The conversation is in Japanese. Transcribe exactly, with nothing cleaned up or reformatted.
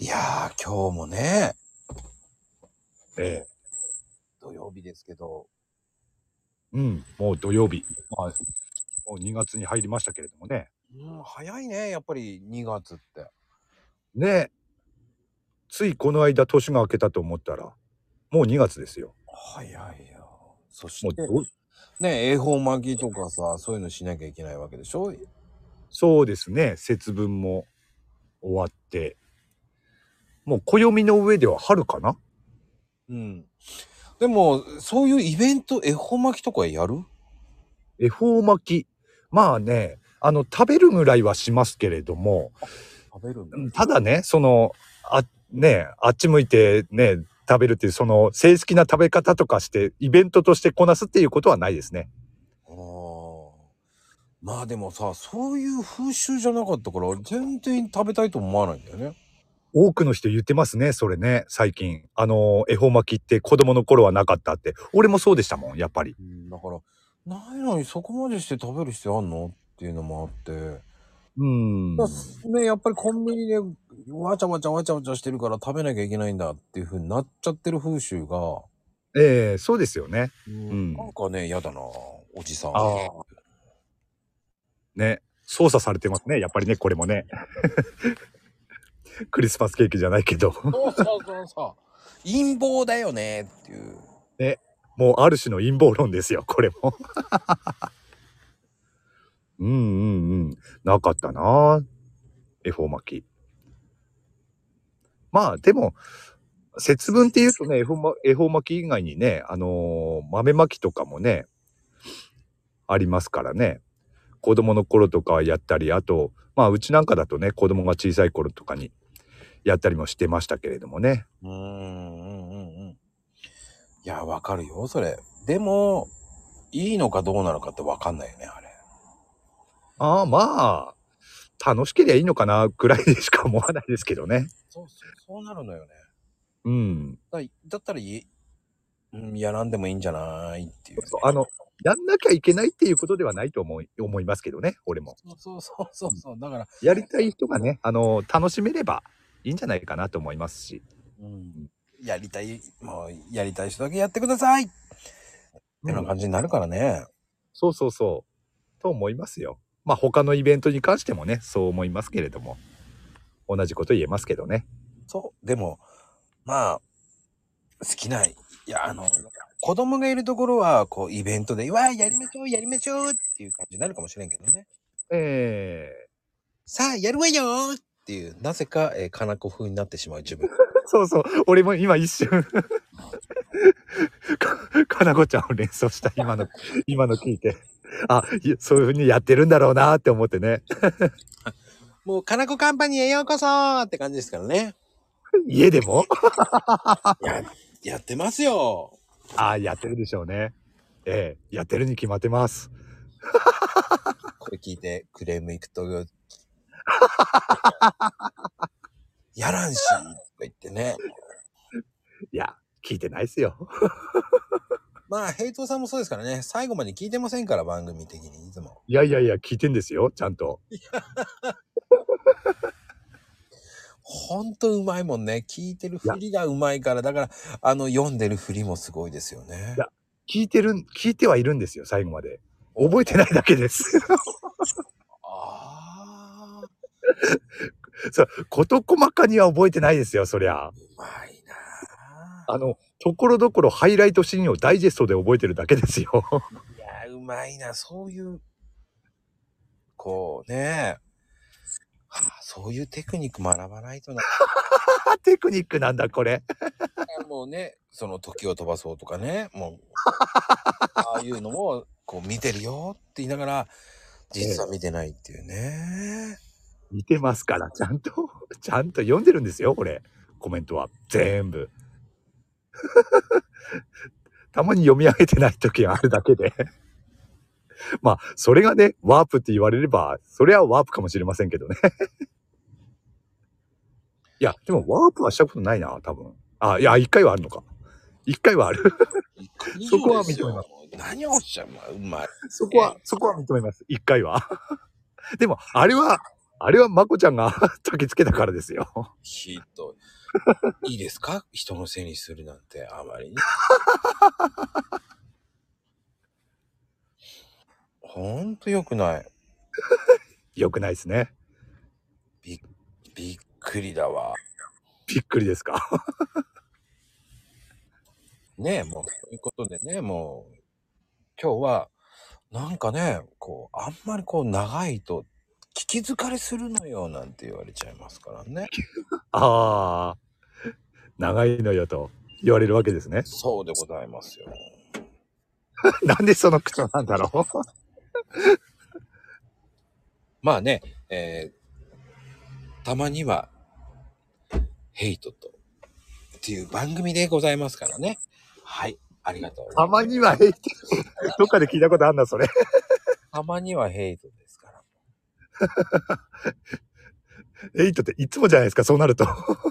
いやー、今日もね、 ええ。 土曜日ですけど。 うん、もう土曜日。まあ、もうにがつに入りましたけれどもね。 うん、早いね、やっぱりにがつって。 ね。ついこの間年が明けたと思ったら、もうにがつですよ。 早いよ。そして、 もうどね、恵方巻きとかさ、そういうのしなきゃいけないわけでしょ？ そうですね、節分も終わって。もう暦の上では春かな？ うん。でも、そういうイベント、恵方巻きとかやる？ 恵方巻き。まあね、あの、食べるぐらいはしますけれども、 食べるんだ。 うん、ただね、その、あね、あっち向いてね、食べるっていうその正式な食べ方とかして、イベントとしてこなすっていうことはないですね。 ああ。まあでもさ、そういう風習じゃなかったから、全然食べたいと思わないんだよね。 多くの人言ってますね、それね、最近。あの、恵方巻きって子供の頃はなかったって。俺もそうでしたもん、やっぱり。 うん、だから、ないのにそこまでして食べる必要あんのっていうのもあって。 うーだん。 ね、やっぱりコンビニでわちゃわちゃわちゃわちゃしてるから食べなきゃいけないんだっていう風になっちゃってる風習が、 ええ、そうですよね。 うん、 うん。 なんかね、やだな、おじさん。 ああ。ね。操作されてますね、やっぱりね、これもね。クリスマスケーキじゃないけど。 そうそうそうそう。陰謀だよねっていう。 ね。もうある種の陰謀論ですよ、これも。うんうんうん。なかったな、恵方巻き。まあ、でも、節分っていうとね、恵方ま恵方巻き以外にね、あの、豆巻きとかもね、ありますからね。子供の頃とかやったり、あと、まあ、うちなんかだとね、子供が小さい頃とかにやったりもしてましたけれどもね。 うーん、うんうんうん。いや、わかるよ、それ。でも、いいのかどうなのかってわかんないよね、あれ。 ああ、まあ、楽しけりゃいいのかなぐらいでしか思わないですけどね。 そうそう、そうなるのよね。 うん。 だだったらいうん、やらんでもいいんじゃないっていうね。 そう、あの、やんなきゃいけないっていうことではないと思い思いますけどね、俺も。 そうそうそうそうそう。だから、 やりたい人がね、あの、楽しめればいいんじゃないかなと思いますし。 うん、やりたい、もうやりたい人だけやってくださいってなうん。 感じになるからね。 そうそうそう。と思いますよ。まあ、他のイベントに関してもね、そう思いますけれども。同じこと言えますけどね。 そう。でも、まあ、好きな、いや、あの、子供がいるところは、こう、イベントで、わあ、やりましょう、やりましょうっていう感じになるかもしれんけどね。 ええ。 さあ、やるわよーっていう、なぜか、えー、かなこ風になってしまう自分。 そうそう。俺も今一瞬か、かなこちゃんを連想した、今の、今の聞いて。あ、いやそういう風にやってるんだろうなって思ってね。 もう、かなこカンパニーへようこそーって感じですからね。 家でもや、やってますよ。 ああ、やってるでしょうね。ええ、やってるに決まってます。 これ聞いてクレーム行くと、やらんし、とか言ってね。 いや、聞いてないっすよ。 まあ、ヘイトさんもそうですからね。最後まで聞いてませんから、番組的にいつも。 いやいやいや、聞いてんですよ、ちゃんと。 ほんとうまいもんね。聞いてるいや、 ふりがうまいから、だから、あの、読んでるふりもすごいですよね。 いや、聞いてる聞いてはいるんですよ、最後まで。 お、 覚えてないだけです。 ああ、 そう、事細かには覚えてないですよ、そりゃ。 うまいなあ。 あの、ところどころハイライトシーンをダイジェストで覚えてるだけですよ。 いや、うまいな。そういう、こうね、はあ、そういうテクニック学ばないとな。 テクニックなんだ、これ。 もうね、その時を飛ばそうとかね、もう、ああいうのも、こう見てるよって言いながら、 ええ、 実は見てないっていうね。 見てますから、ちゃんと、ちゃんと読んでるんですよ、これ。コメントは。全部。たまに読み上げてない時があるだけで。まあ、それがね、ワープって言われれば、それはワープかもしれませんけどね。いや、でもワープはしたことないな、多分。あ、いや、一回はあるのか。一回はある。 いっかい以そこ上ですよ。 は認めます。 何をおっしゃる、まあ、うまい。 そこは、そこは認めます。一回は。でも、あれは、 あれはまこちゃんが焚きつけたからですよ。 ひどい。いいですか？人のせいにするなんて、あまりに。ほんと良くない。 良くないですね。 び、びっくりだわ。 びっくりですか。 ねえ、もう、そういうことでね、もう、今日は、なんかね、こう、あんまりこう、長いと、聞き疲れするのよ、なんて言われちゃいますからね。 ああ、長いのよと言われるわけですね。 そうでございますよ。 なんでその口調なんだろう。 まあね、えー、たまには、ヘイトと、っていう番組でございますからね。はい。ありがとうございたます。 まにはヘイト。どっかで聞いたことあんな、それ。 たまにはヘイトですから。 ヘイトっていつもじゃないですか、そうなると。